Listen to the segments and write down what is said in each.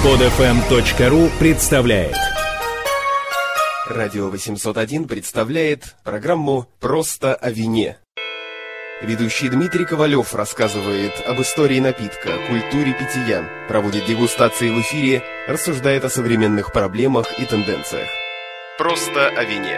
Podfm.ru представляет. Радио 801 представляет программу «Просто о вине». Ведущий Дмитрий Ковалев рассказывает об истории напитка, культуре питья, проводит дегустации в эфире, рассуждает о современных проблемах и тенденциях. «Просто о вине».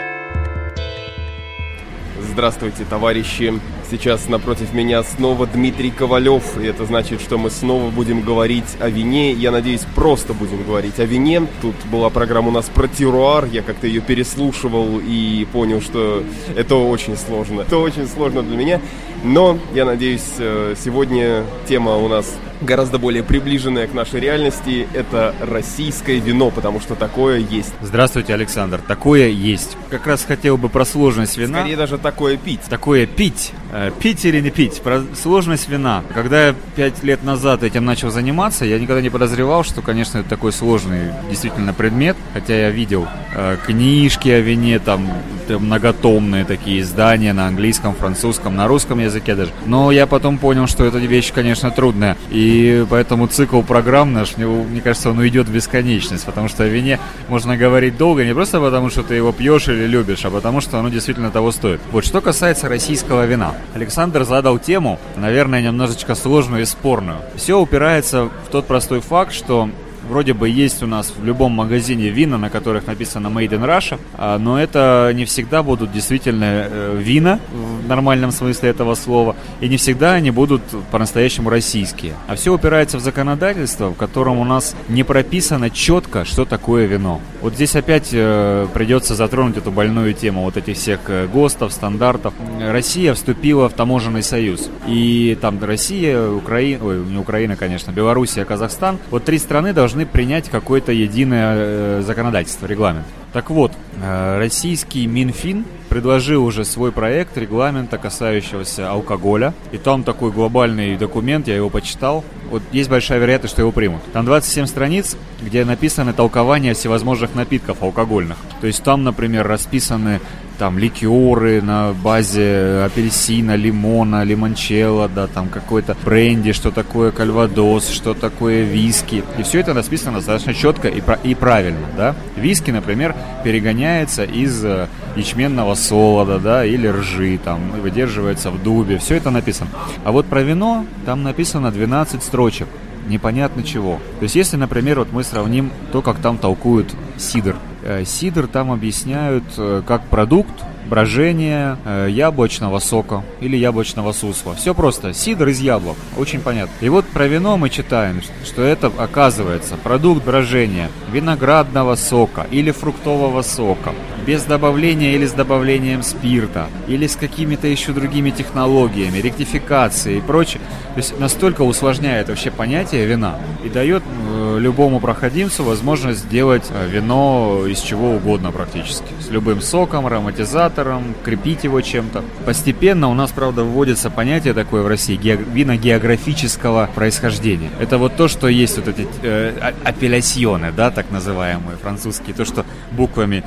Здравствуйте, товарищи! Сейчас напротив меня снова Дмитрий Ковалев, и это значит, что мы снова будем говорить о вине. Я надеюсь, просто будем говорить о вине. Тут была программа у нас про теруар, я как-то ее переслушивал и понял, что это очень сложно. Это очень сложно для меня, но я надеюсь, сегодня тема у нас гораздо более приближенная к нашей реальности. Это российское вино, потому что такое есть. Здравствуйте, Александр. Такое есть. Как раз хотел бы про сложность вина. Скорее даже такое пить. Такое пить. Пить или не пить? Про сложность вина. Когда я 5 лет назад этим начал заниматься, я никогда не подозревал, что, конечно, это такой сложный действительно предмет. Хотя я видел книжки о вине, там многотомные такие издания на английском, французском, на русском языке даже. Но я потом понял, что эта вещь, конечно, трудная. И поэтому цикл программ наш, мне кажется, он уйдет в бесконечность. Потому что о вине можно говорить долго, не просто потому, что ты его пьешь или любишь, а потому, что оно действительно того стоит. Вот что касается российского вина. Александр задал тему, наверное, немножечко сложную и спорную. Все упирается в тот простой факт, что вроде бы есть у нас в любом магазине вина, на которых написано Made in Russia, но это не всегда будут действительно вина в нормальном смысле этого слова, и не всегда они будут по-настоящему российские. А все упирается в законодательство, в котором у нас не прописано четко, что такое вино. Вот здесь опять придется затронуть эту больную тему вот этих всех ГОСТов, стандартов. Россия вступила в таможенный союз, и там Россия, Украина, конечно, Белоруссия, Казахстан, вот 3 страны должны принять какое-то единое законодательство, регламент. Так вот, российский Минфин предложил уже свой проект регламента, касающегося алкоголя. И там такой глобальный документ, я его почитал. Вот есть большая вероятность, что его примут. Там 27 страниц, где написаны толкования всевозможных напитков алкогольных. То есть там, например, расписаны там ликеры на базе апельсина, лимона, лимончелло, да, там какой-то бренди, что такое кальвадос, что такое виски. И все это расписано достаточно четко и правильно, да. Виски, например, перегоняется из ячменного солода, да, или ржи, там, выдерживается в дубе. Все это написано. А вот про вино там написано 12 строчек. Непонятно чего. То есть, если, например, вот мы сравним то, как там толкуют сидр. Сидр там объясняют как продукт брожения яблочного сока или яблочного сусла. Все просто. Сидр из яблок. Очень понятно. И вот про вино мы читаем, что это, оказывается, продукт брожения виноградного сока или фруктового сока. Без добавления или с добавлением спирта. Или с какими-то еще другими технологиями, ректификацией и прочее. То есть настолько усложняет вообще понятие вина и дает любому проходимцу возможность сделать вино из чего угодно практически. С любым соком, ароматизатором, крепить его чем-то. Постепенно у нас, правда, вводится понятие такое в России вина географического происхождения. Это вот то, что есть вот эти апеллясьоны, да, так называемые французские. То, что буквами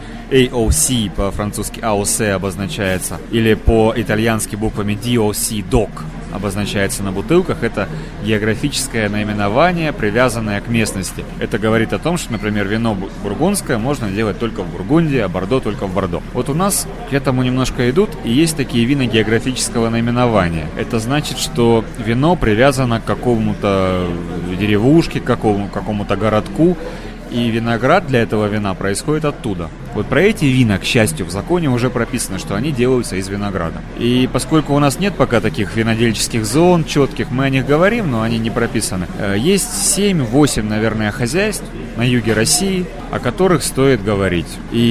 AOC по-французски AOC обозначается. Или по-итальянски буквами DOC, DOC обозначается на бутылках. Это географическое наименование, привязанное к местности. Это говорит о том, что, например, вино бургундское можно делать только в Бургундии, а бордо только в Бордо. Вот у нас к этому немножко идут, и есть такие вина географического наименования. Это значит, что вино привязано к какому-то деревушке, к какому-то городку, и виноград для этого вина происходит оттуда. Вот про эти вина, к счастью, в законе уже прописано, что они делаются из винограда. И поскольку у нас нет пока таких винодельческих зон четких, мы о них говорим, но они не прописаны. Есть 7-8, наверное, хозяйств на юге России, о которых стоит говорить.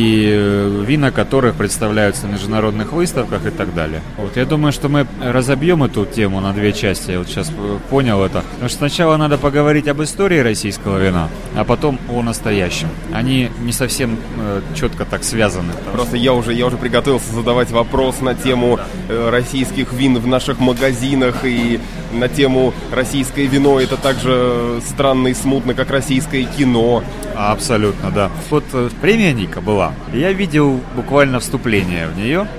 И вина которых представляются на международных выставках и так далее. Вот я думаю, что мы разобьем эту тему на 2 части. Я вот сейчас понял это. Потому что сначала надо поговорить об истории российского вина, а потом о настоящем. Они не совсем четко так связаны. Просто я уже приготовился задавать вопрос на тему российских вин в наших магазинах и на тему российское вино. Это так же странно и смутно, как российское кино. Абсолютно, да. Вот премия Ника была. Я видел буквально вступление в нее.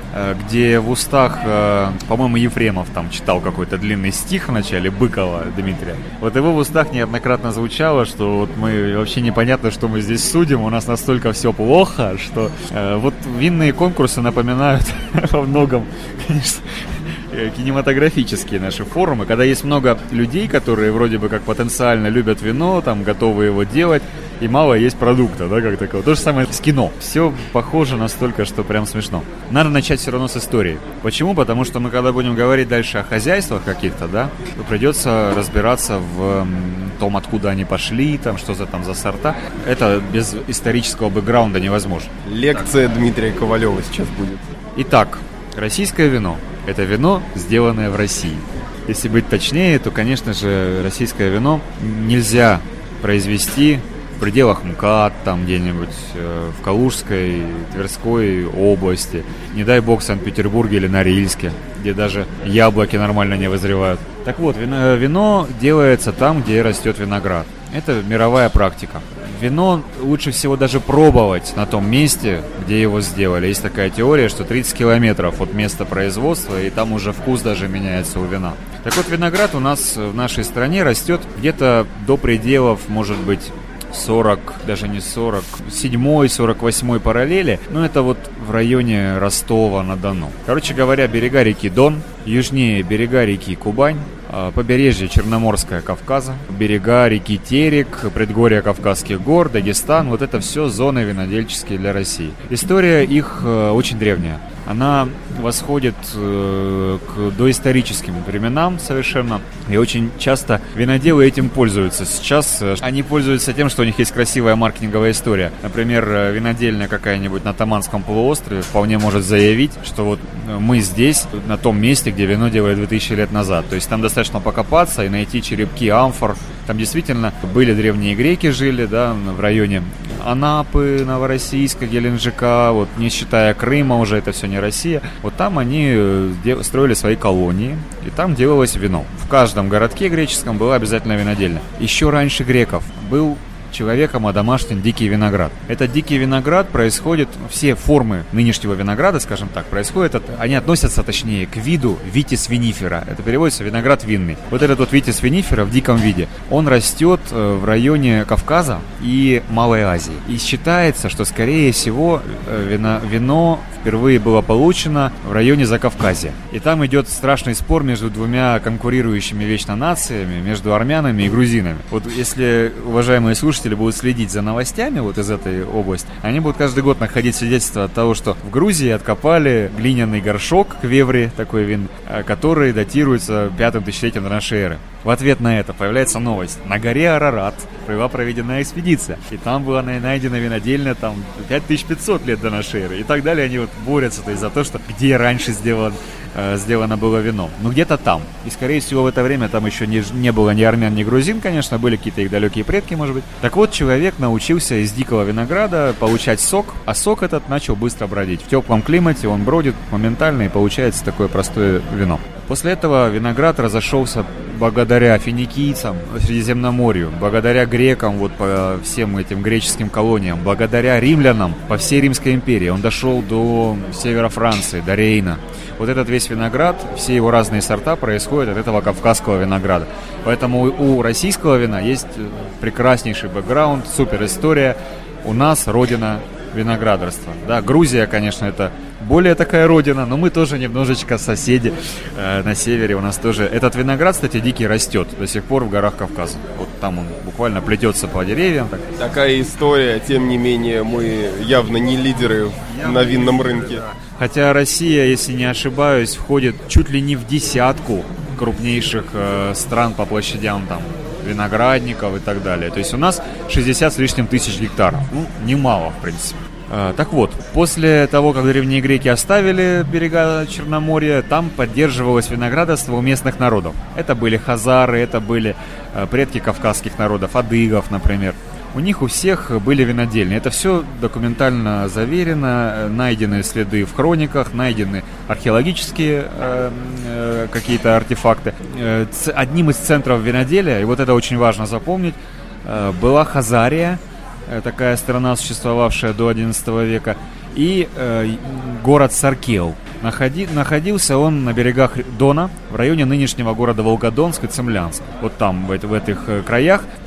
где в устах, по-моему, Ефремов там читал какой-то длинный стих в начале, Быкова Дмитрия. Вот его в устах неоднократно звучало, что вот мы вообще непонятно, что мы здесь судим, у нас настолько все плохо, что вот винные конкурсы напоминают во многом, конечно, кинематографические наши форумы, когда есть много людей, которые вроде бы как потенциально любят вино, там готовы его делать, и мало есть продукта, да, как такого. То же самое с кино. Все похоже настолько, что прям смешно. Надо начать все равно с истории. Почему? Потому что мы, когда будем говорить дальше о хозяйствах каких-то, да, то придется разбираться в том, откуда они пошли, там, что за сорта. Это без исторического бэкграунда невозможно. Лекция Дмитрия Ковалева сейчас будет. Итак, российское вино. Это вино, сделанное в России. Если быть точнее, то, конечно же, российское вино нельзя произвести в пределах МКАД, там где-нибудь в Калужской, Тверской области, не дай бог в Санкт-Петербурге или Норильске, где даже яблоки нормально не вызревают. Так вот, вино делается там, где растет виноград. Это мировая практика. Вино лучше всего даже пробовать на том месте, где его сделали. Есть такая теория, что 30 километров от места производства, и там уже вкус даже меняется у вина. Так вот, виноград у нас в нашей стране растет где-то до пределов, может быть, 40, даже не 40, 7-й, 48-й параллели, но это вот в районе Ростова-на-Дону. Короче говоря, берега реки Дон, южнее берега реки Кубань, побережье Черноморское Кавказа, берега реки Терек, предгорья Кавказских гор, Дагестан, вот это все зоны винодельческие для России. История их очень древняя. Она восходит к доисторическим временам совершенно. И очень часто виноделы этим пользуются. Сейчас они пользуются тем, что у них есть красивая маркетинговая история. Например, винодельня какая-нибудь на Таманском полуострове вполне может заявить, что вот мы здесь, на том месте, где вино делали 2000 лет назад. То есть там достаточно покопаться и найти черепки амфор. Там действительно были древние греки, жили, да, в районе Анапы, Новороссийска, Геленджика, вот не считая Крыма, уже это все не Россия. Вот там они строили свои колонии, и там делалось вино. В каждом городке греческом была обязательно винодельня. Еще раньше греков был человеком одомашнен дикий виноград. Этот дикий виноград происходит, все формы нынешнего винограда, скажем так, происходят, они относятся, точнее, к виду Vitis vinifera. Это переводится виноград винный. Вот этот вот Vitis vinifera в диком виде, он растет в районе Кавказа и Малой Азии. И считается, что, скорее всего, вино впервые было получено в районе Закавказья. И там идет страшный спор между двумя конкурирующими вечно нациями, между армянами и грузинами. Вот если уважаемые слушатели будут следить за новостями вот из этой области, они будут каждый год находить свидетельства от того, что в Грузии откопали глиняный горшок квеври, такой вин, который датируется 5-м тысячелетием до нашей эры. В ответ на это появляется новость. На горе Арарат была проведена экспедиция, и там была найдена винодельня там 5500 лет до нашей эры. И так далее. Они вот борются, то есть за то, что где раньше сделано было вино. Ну где-то там. И скорее всего в это время там еще не было ни армян, ни грузин, конечно, были какие-то их далекие предки, может быть. Так вот, человек научился из дикого винограда получать сок, а сок этот начал быстро бродить. В теплом климате он бродит моментально, и получается такое простое вино. После этого виноград разошелся благодаря финикийцам, Средиземноморью, благодаря грекам, вот по всем этим греческим колониям, благодаря римлянам по всей Римской империи. Он дошел до севера Франции, до Рейна. Вот этот весь виноград, все его разные сорта происходят от этого кавказского винограда. Поэтому у российского вина есть прекраснейший бэкграунд, супер история. У нас родина виноградарства. Да, Грузия, конечно, это более такая родина, но мы тоже немножечко соседи на севере. У нас тоже этот виноград, кстати, дикий растет до сих пор в горах Кавказа. Вот там он буквально плетется по деревьям. Такая история, тем не менее, мы явно не лидеры на винном рынке. Да. Хотя Россия, если не ошибаюсь, входит чуть ли не в десятку крупнейших стран по площадям там виноградников и так далее. То есть у нас 60 с лишним тысяч гектаров. Ну, немало, в принципе. Так вот, после того, как древние греки оставили берега Черноморья, там поддерживалось виноградарство у местных народов. Это были хазары, это были предки кавказских народов, адыгов, например. У них у всех были винодельни. Это все документально заверено, найдены следы в хрониках, найдены археологические какие-то артефакты. Одним из центров виноделия, и вот это очень важно запомнить, была Хазария, такая страна, существовавшая до XI века, и город Саркел. Находился он на берегах Дона, в районе нынешнего города Волгодонск и Цимлянск. Вот там, в этих краях. В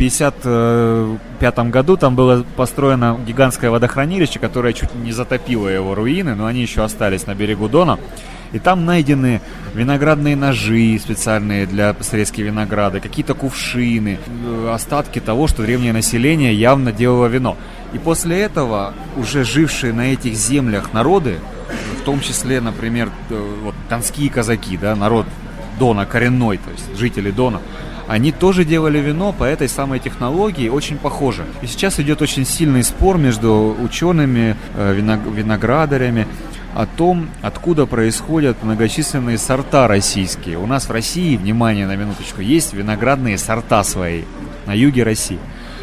1955 году там было построено гигантское водохранилище, которое чуть не затопило его руины, но они еще остались на берегу Дона. И там найдены виноградные ножи специальные для срезки винограда, какие-то кувшины, остатки того, что древнее население явно делало вино. И после этого уже жившие на этих землях народы, в том числе, например, вот, донские казаки, да, народ Дона коренной, то есть жители Дона, они тоже делали вино по этой самой технологии, очень похоже. И сейчас идет очень сильный спор между учеными, виноградарями о том, откуда происходят многочисленные сорта российские. У нас в России, внимание на минуточку, есть виноградные сорта свои на юге России,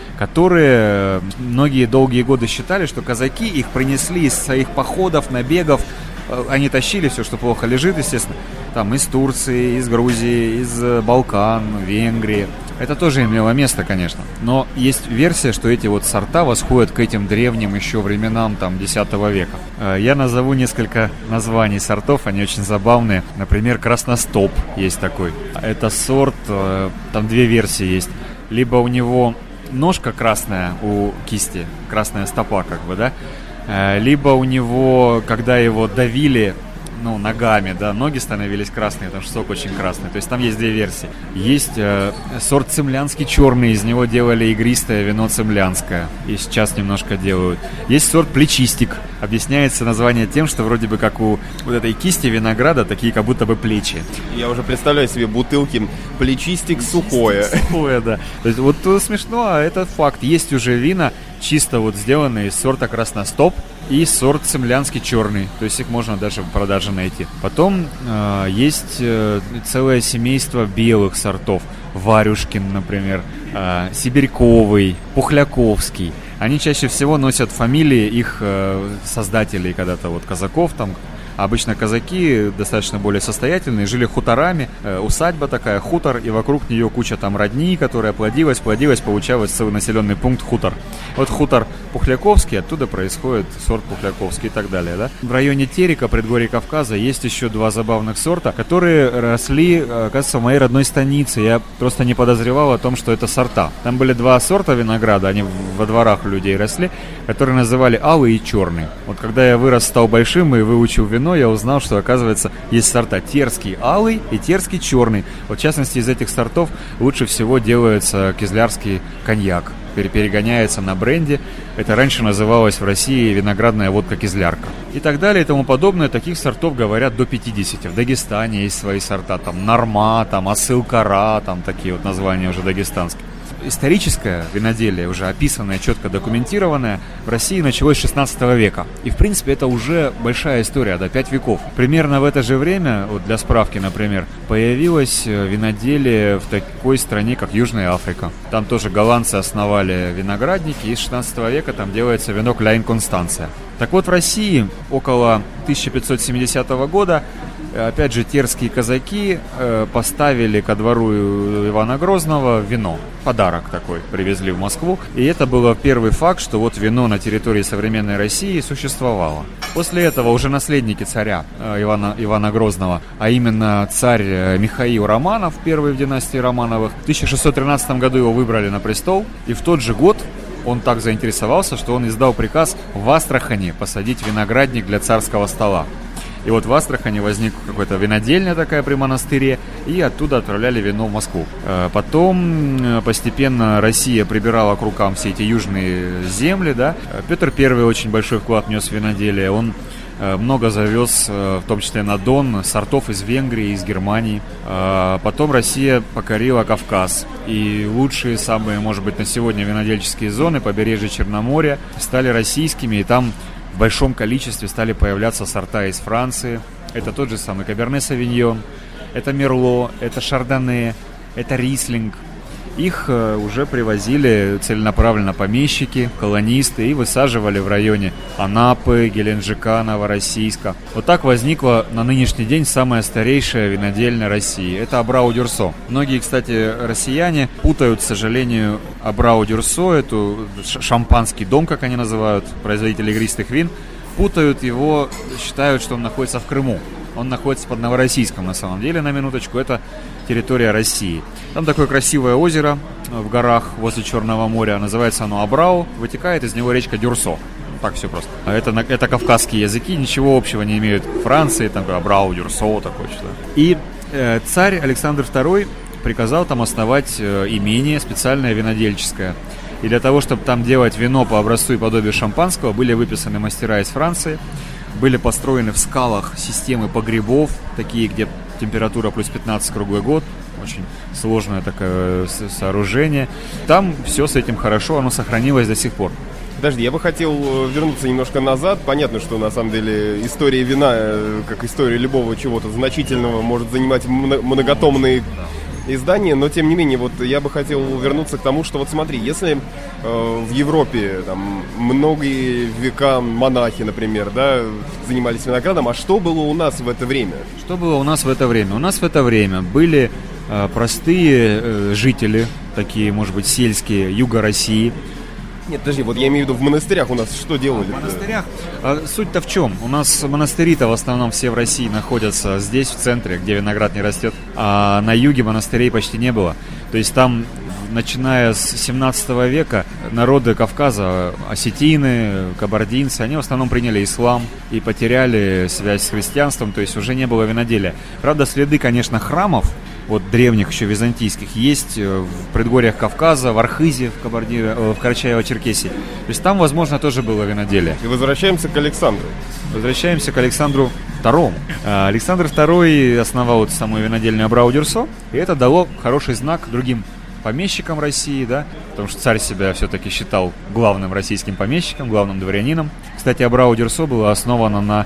которые многие долгие годы считали, что казаки их принесли из своих походов, набегов. Они тащили все, что плохо лежит, естественно, там из Турции, из Грузии, из Балкан, Венгрии. Это тоже имело место, конечно. Но есть версия, что эти вот сорта восходят к этим древним еще временам, там, X века. Я назову несколько названий сортов, они очень забавные. Например, красностоп есть такой. Это сорт, там две версии есть. Либо у него ножка красная у кисти, красная стопа, как бы, да? Либо у него, когда его давили, ногами, да, ноги становились красные, потому что сок очень красный. То есть там есть две версии. Есть сорт цимлянский черный, из него делали игристое вино цимлянское. И сейчас немножко делают. Есть сорт плечистик. Объясняется название тем, что вроде бы как у вот этой кисти винограда такие как будто бы плечи. Я уже представляю себе бутылки плечистик сухое. Сухое, да. То есть вот смешно, а это факт. Есть уже вина, чисто вот сделанные из сорта красностоп и сорт цимлянский черный. То есть их можно даже в продаже найти. Потом есть целое семейство белых сортов. Варюшкин, например, Сибирьковый, Пухляковский. Они чаще всего носят фамилии их создателей когда-то, вот казаков там. Обычно казаки достаточно более состоятельные, жили хуторами, усадьба такая, хутор, и вокруг нее куча там родни, которая плодилась, получалось целый населенный пункт хутор. Вот хутор Пухляковский, оттуда происходит сорт Пухляковский и так далее, да. В районе Терека, предгорье Кавказа, есть еще два забавных сорта, которые росли, оказывается, в моей родной станице. Я просто не подозревал о том, что это сорта. Там были два сорта винограда, они во дворах у людей росли, которые называли алый и черный. Вот когда я вырос, стал большим и выучил вино, я узнал, что, оказывается, есть сорта терский алый и терский черный. Вот, в частности, из этих сортов лучше всего делается кизлярский коньяк. Перегоняется на бренде. Это раньше называлось в России виноградная водка кизлярка. И так далее и тому подобное. Таких сортов говорят до 50. В Дагестане есть свои сорта. Там Нарма, там Асыл-Кара, там такие вот названия уже дагестанские. Историческое виноделие, уже описанное, четко документированное, в России началось с 16 века. И, в принципе, это уже большая история, да, 5 веков. Примерно в это же время, вот для справки, например, появилось виноделие в такой стране, как Южная Африка. Там тоже голландцы основали виноградники, и с 16 века там делается вино Кляйн Констанция. Так вот, в России около 1570 года опять же, терские казаки поставили ко двору Ивана Грозного вино. Подарок такой привезли в Москву. И это был первый факт, что вот вино на территории современной России существовало. После этого уже наследники царя Ивана Грозного, а именно царь Михаил Романов, первый в династии Романовых, в 1613 году его выбрали на престол. И в тот же год он так заинтересовался, что он издал приказ в Астрахани посадить виноградник для царского стола. И вот в Астрахани возник какая-то винодельня такая при монастыре, и оттуда отправляли вино в Москву. Потом постепенно Россия прибирала к рукам все эти южные земли, да. Петр I очень большой вклад внес в виноделие. Он много завез, в том числе на Дон, сортов из Венгрии, из Германии. Потом Россия покорила Кавказ. И лучшие, самые, может быть, на сегодня винодельческие зоны, побережье Черноморья, стали российскими, и там в большом количестве стали появляться сорта из Франции. Это тот же самый Каберне Савиньон, это Мерло, это Шардоне, это Рислинг. Их уже привозили целенаправленно помещики, колонисты и высаживали в районе Анапы, Геленджика, Новороссийска. Вот так возникла на нынешний день самая старейшая винодельня России. Это Абрау-Дюрсо. Многие, кстати, россияне путают, к сожалению, Абрау-Дюрсо, эту шампанский дом, как они называют, производители игристых вин, путают его, считают, что он находится в Крыму. Он находится под Новороссийском, на самом деле, на минуточку. Это территория России. Там такое красивое озеро в горах возле Черного моря. Называется оно Абрау. Вытекает из него речка Дюрсо. Так все просто. Это кавказские языки, ничего общего не имеют в Франции. Там Абрау, Дюрсо, такое что-то. И царь Александр II приказал там основать имение специальное винодельческое. И для того, чтобы там делать вино по образцу и подобию шампанского, были выписаны мастера из Франции. Были построены в скалах системы погребов, такие, где температура плюс 15 круглый год. Очень сложное такое сооружение. Там все с этим хорошо, оно сохранилось до сих пор. Подожди, я бы хотел вернуться немножко назад. Понятно, что на самом деле история вина, как история любого чего-то значительного, может занимать многотомные издания, но тем не менее, вот я бы хотел вернуться к тому, что вот смотри, если в Европе там многие века монахи, например, да, занимались виноградом, а что было у нас в это время? Что было у нас в это время? У нас в это время были простые жители, такие, может быть, сельские, юга России. Нет, подожди, вот я имею в виду, в монастырях у нас что делали? В монастырях? Суть-то в чем? У нас монастыри-то в основном все в России находятся здесь, в центре, где виноград не растет. А на юге монастырей почти не было. То есть там, начиная с 17 века, народы Кавказа, осетины, кабардинцы, они в основном приняли ислам и потеряли связь с христианством, то есть уже не было виноделия. Правда, следы, конечно, храмов, вот древних еще византийских, есть в предгорьях Кавказа, в Архизе, в Карачаево-Черкесии. То есть там, возможно, тоже было виноделие. И возвращаемся к Александру. Возвращаемся к Александру II. Александр II основал эту самую винодельню Абрау-Дюрсо, и это дало хороший знак другим помещикам России, да, потому что царь себя все-таки считал главным российским помещиком, главным дворянином. Кстати, Абрау-Дюрсо было основано на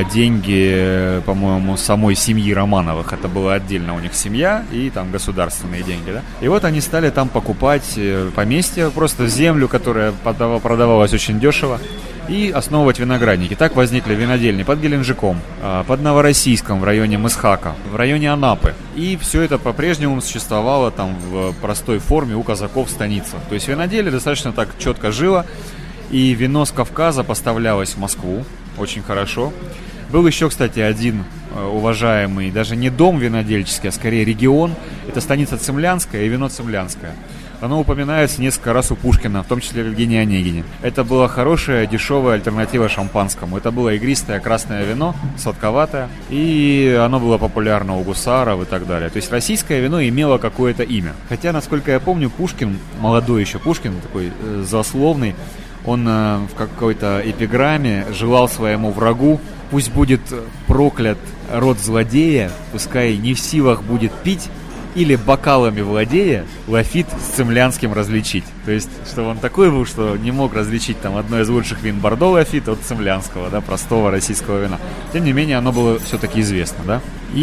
деньги, по-моему, самой семьи Романовых. Это была отдельно у них семья и там государственные деньги, да. И вот они стали там покупать поместья, просто землю, которая продавалась очень дешево, и основывать виноградники. Так возникли винодельни под Геленджиком, под Новороссийском в районе Мысхака, в районе Анапы. И все это по-прежнему существовало там в простой форме у казаков в станице. То есть виноделие достаточно так четко жило. И вино с Кавказа поставлялось в Москву очень хорошо. Был еще, кстати, один уважаемый, даже не дом винодельческий, а скорее регион. Это станица Цимлянская и вино Цимлянское. Оно упоминается несколько раз у Пушкина, в том числе в Евгении Онегине. Это была хорошая, дешевая альтернатива шампанскому. Это было игристое красное вино, сладковатое, и оно было популярно у гусаров и так далее. То есть российское вино имело какое-то имя. Хотя, насколько я помню, Пушкин, молодой еще Пушкин, такой злословный, он в какой-то эпиграмме желал своему врагу: пусть будет проклят род злодея, пускай не в силах будет пить, или бокалами владея, лафит с цимлянским различить. То есть, что он такой был, что не мог различить там одно из лучших вин Бордо лафит от цимлянского, да, простого российского вина. Тем не менее, оно было все-таки известно, да.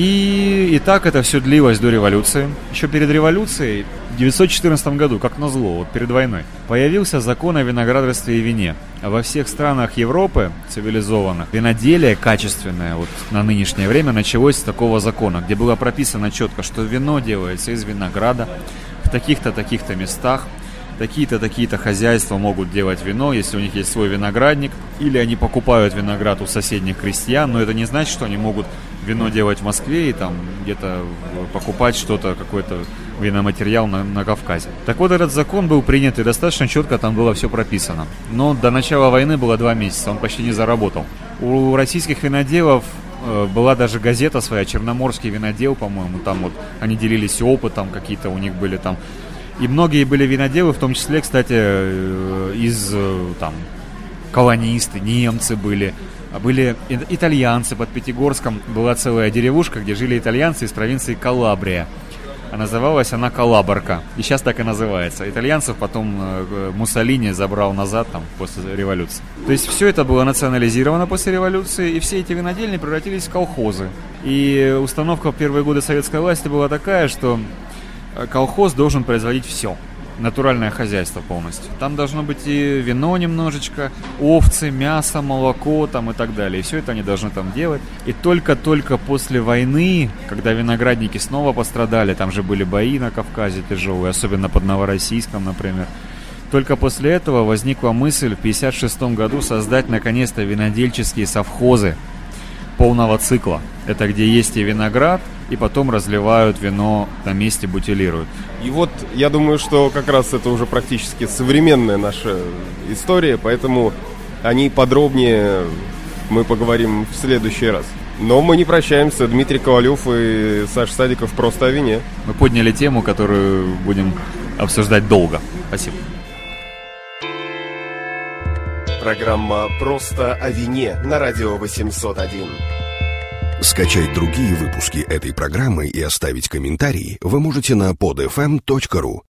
И так это все длилось до революции. Еще перед революцией, в 1914 году, как назло, вот перед войной, появился закон о виноградарстве и вине. Во всех странах Европы, цивилизованных, виноделие качественное вот на нынешнее время началось с такого закона, где было прописано четко, что вино делается из винограда в таких-то, таких-то местах, такие-то, такие-то хозяйства могут делать вино, если у них есть свой виноградник, или они покупают виноград у соседних крестьян, но это не значит, что они могут вино делать в Москве и там где-то покупать что-то, какой-то виноматериал на Кавказе. Так вот, этот закон был принят, и достаточно четко там было все прописано. Но до начала войны было 2 месяца, он почти не заработал. У российских виноделов была даже газета своя, «Черноморский винодел», по-моему, там вот они делились опытом, какие-то у них были там. И многие были виноделы, в том числе, кстати, из там колонисты, немцы были итальянцы. Под Пятигорском была целая деревушка, где жили итальянцы из провинции Калабрия. А называлась она Калабарка. И сейчас так и называется. Итальянцев потом Муссолини забрал назад там, после революции. То есть все это было национализировано после революции, и все эти винодельни превратились в колхозы. И установка в первые годы советской власти была такая, что колхоз должен производить все. Натуральное хозяйство полностью. Там должно быть и вино немножечко, овцы, мясо, молоко там и так далее. И все это они должны там делать. И только-только после войны, когда виноградники снова пострадали, там же были бои на Кавказе тяжелые, особенно под Новороссийском, например. Только после этого возникла мысль в 1956 году создать наконец-то винодельческие совхозы полного цикла. Это где есть и виноград, и потом разливают вино на месте, бутилируют. И вот я думаю, что как раз это уже практически современная наша история, поэтому о ней подробнее мы поговорим в следующий раз. Но мы не прощаемся. Дмитрий Ковалев и Саша Садиков просто о вине. Мы подняли тему, которую будем обсуждать долго. Спасибо. Программа «Просто о вине» на радио 801. Скачать другие выпуски этой программы и оставить комментарии вы можете на podfm.ru.